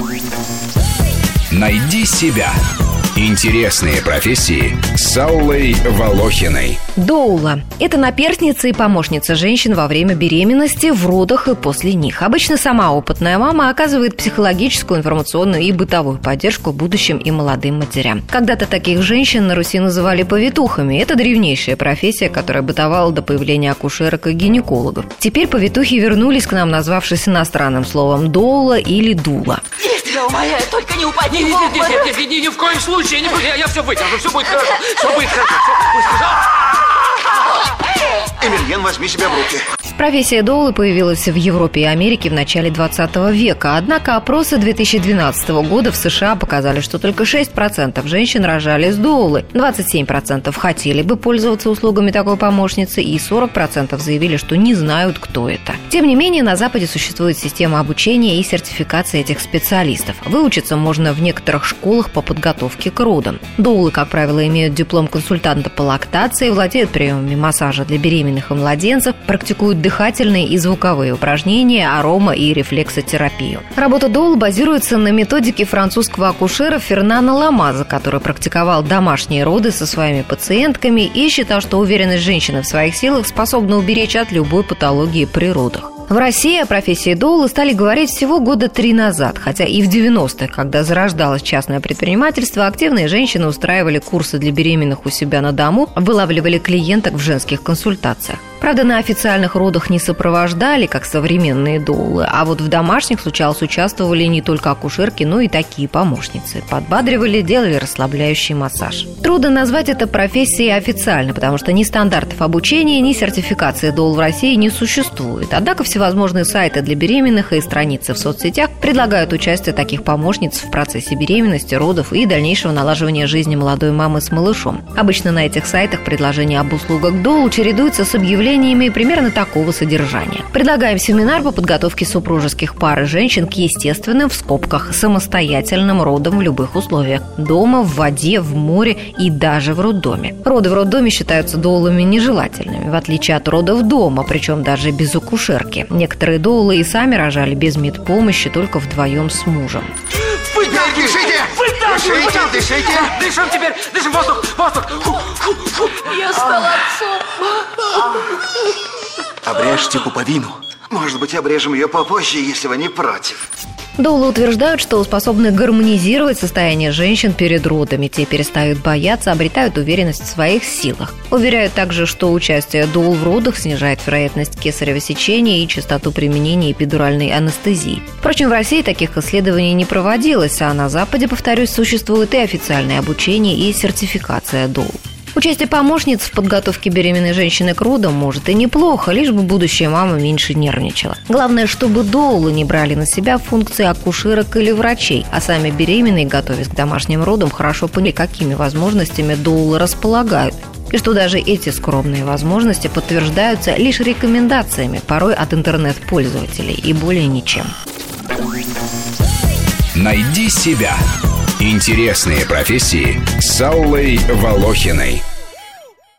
Найди себя. Интересные профессии с Аллой Волохиной. Доула – это наперстница и помощница женщин во время беременности, в родах и после них. Обычно сама опытная мама оказывает психологическую, информационную и бытовую поддержку будущим и молодым матерям. Когда-то таких женщин на Руси называли повитухами. Это древнейшая профессия, которая бытовала до появления акушерок и гинекологов. Теперь повитухи вернулись к нам, назвавшись иностранным словом доула или дула. Я умоляю, только не упади в обморок. Ни в коем случае не буду. Я все выдержу, все будет хорошо. Все будет хорошо. Эмильен, возьми себя в руки. Профессия доулы появилась в Европе и Америке в начале 20 века. Однако опросы 2012 года в США показали, что только 6% женщин рожали с доулой, 27% хотели бы пользоваться услугами такой помощницы и 40% заявили, что не знают, кто это. Тем не менее, на Западе существует система обучения и сертификации этих специалистов. Выучиться можно в некоторых школах по подготовке к родам. Доулы, как правило, имеют диплом консультанта по лактации, владеют приемами массажа для беременных и младенцев, практикуют дыхательные и звуковые упражнения, арома- и рефлексотерапию. Работа доул базируется на методике французского акушера Фернана Ламаза, который практиковал домашние роды со своими пациентками и считал, что уверенность женщины в своих силах способна уберечь от любой патологии при родах. В России о профессии доулы стали говорить всего года 3 назад, хотя и в 90-х, когда зарождалось частное предпринимательство, активные женщины устраивали курсы для беременных у себя на дому, вылавливали клиенток в женских консультациях. Правда, на официальных родах не сопровождали, как современные доулы, а вот в домашних случалось участвовали не только акушерки, но и такие помощницы. Подбадривали, делали расслабляющий массаж. Трудно назвать это профессией официально, потому что ни стандартов обучения, ни сертификации доул в России не существует. Однако всевозможные сайты для беременных и страницы в соцсетях предлагают участие таких помощниц в процессе беременности, родов и дальнейшего налаживания жизни молодой мамы с малышом. Обычно на этих сайтах предложения об услугах доул чередуются с объявлениями примерно такого содержания. Предлагаем семинар по подготовке супружеских пар и женщин к естественным, в скобках, самостоятельным родам в любых условиях. Дома, в воде, в море и даже в роддоме. Роды в роддоме считаются доулами нежелательными, в отличие от родов дома, причем даже без акушерки. Некоторые доулы и сами рожали без медпомощи, только вдвоем с мужем. Дышите. Дышим теперь, дышим, воздух. Я стала отцом. Обрежьте пуповину. Может быть, обрежем ее попозже, если вы не против. Доулы утверждают, что способны гармонизировать состояние женщин перед родами. Те перестают бояться, обретают уверенность в своих силах. Уверяют также, что участие доул в родах снижает вероятность кесарево сечения и частоту применения эпидуральной анестезии. Впрочем, в России таких исследований не проводилось, а на Западе, повторюсь, существует и официальное обучение, и сертификация доул. Участие помощниц в подготовке беременной женщины к родам может и неплохо, лишь бы будущая мама меньше нервничала. Главное, чтобы доулы не брали на себя функции акушерок или врачей, а сами беременные, готовясь к домашним родам, хорошо поняли, какими возможностями доулы располагают. И что даже эти скромные возможности подтверждаются лишь рекомендациями, порой от интернет-пользователей, и более ничем. Найди себя. Интересные профессии с Аллой Волохиной.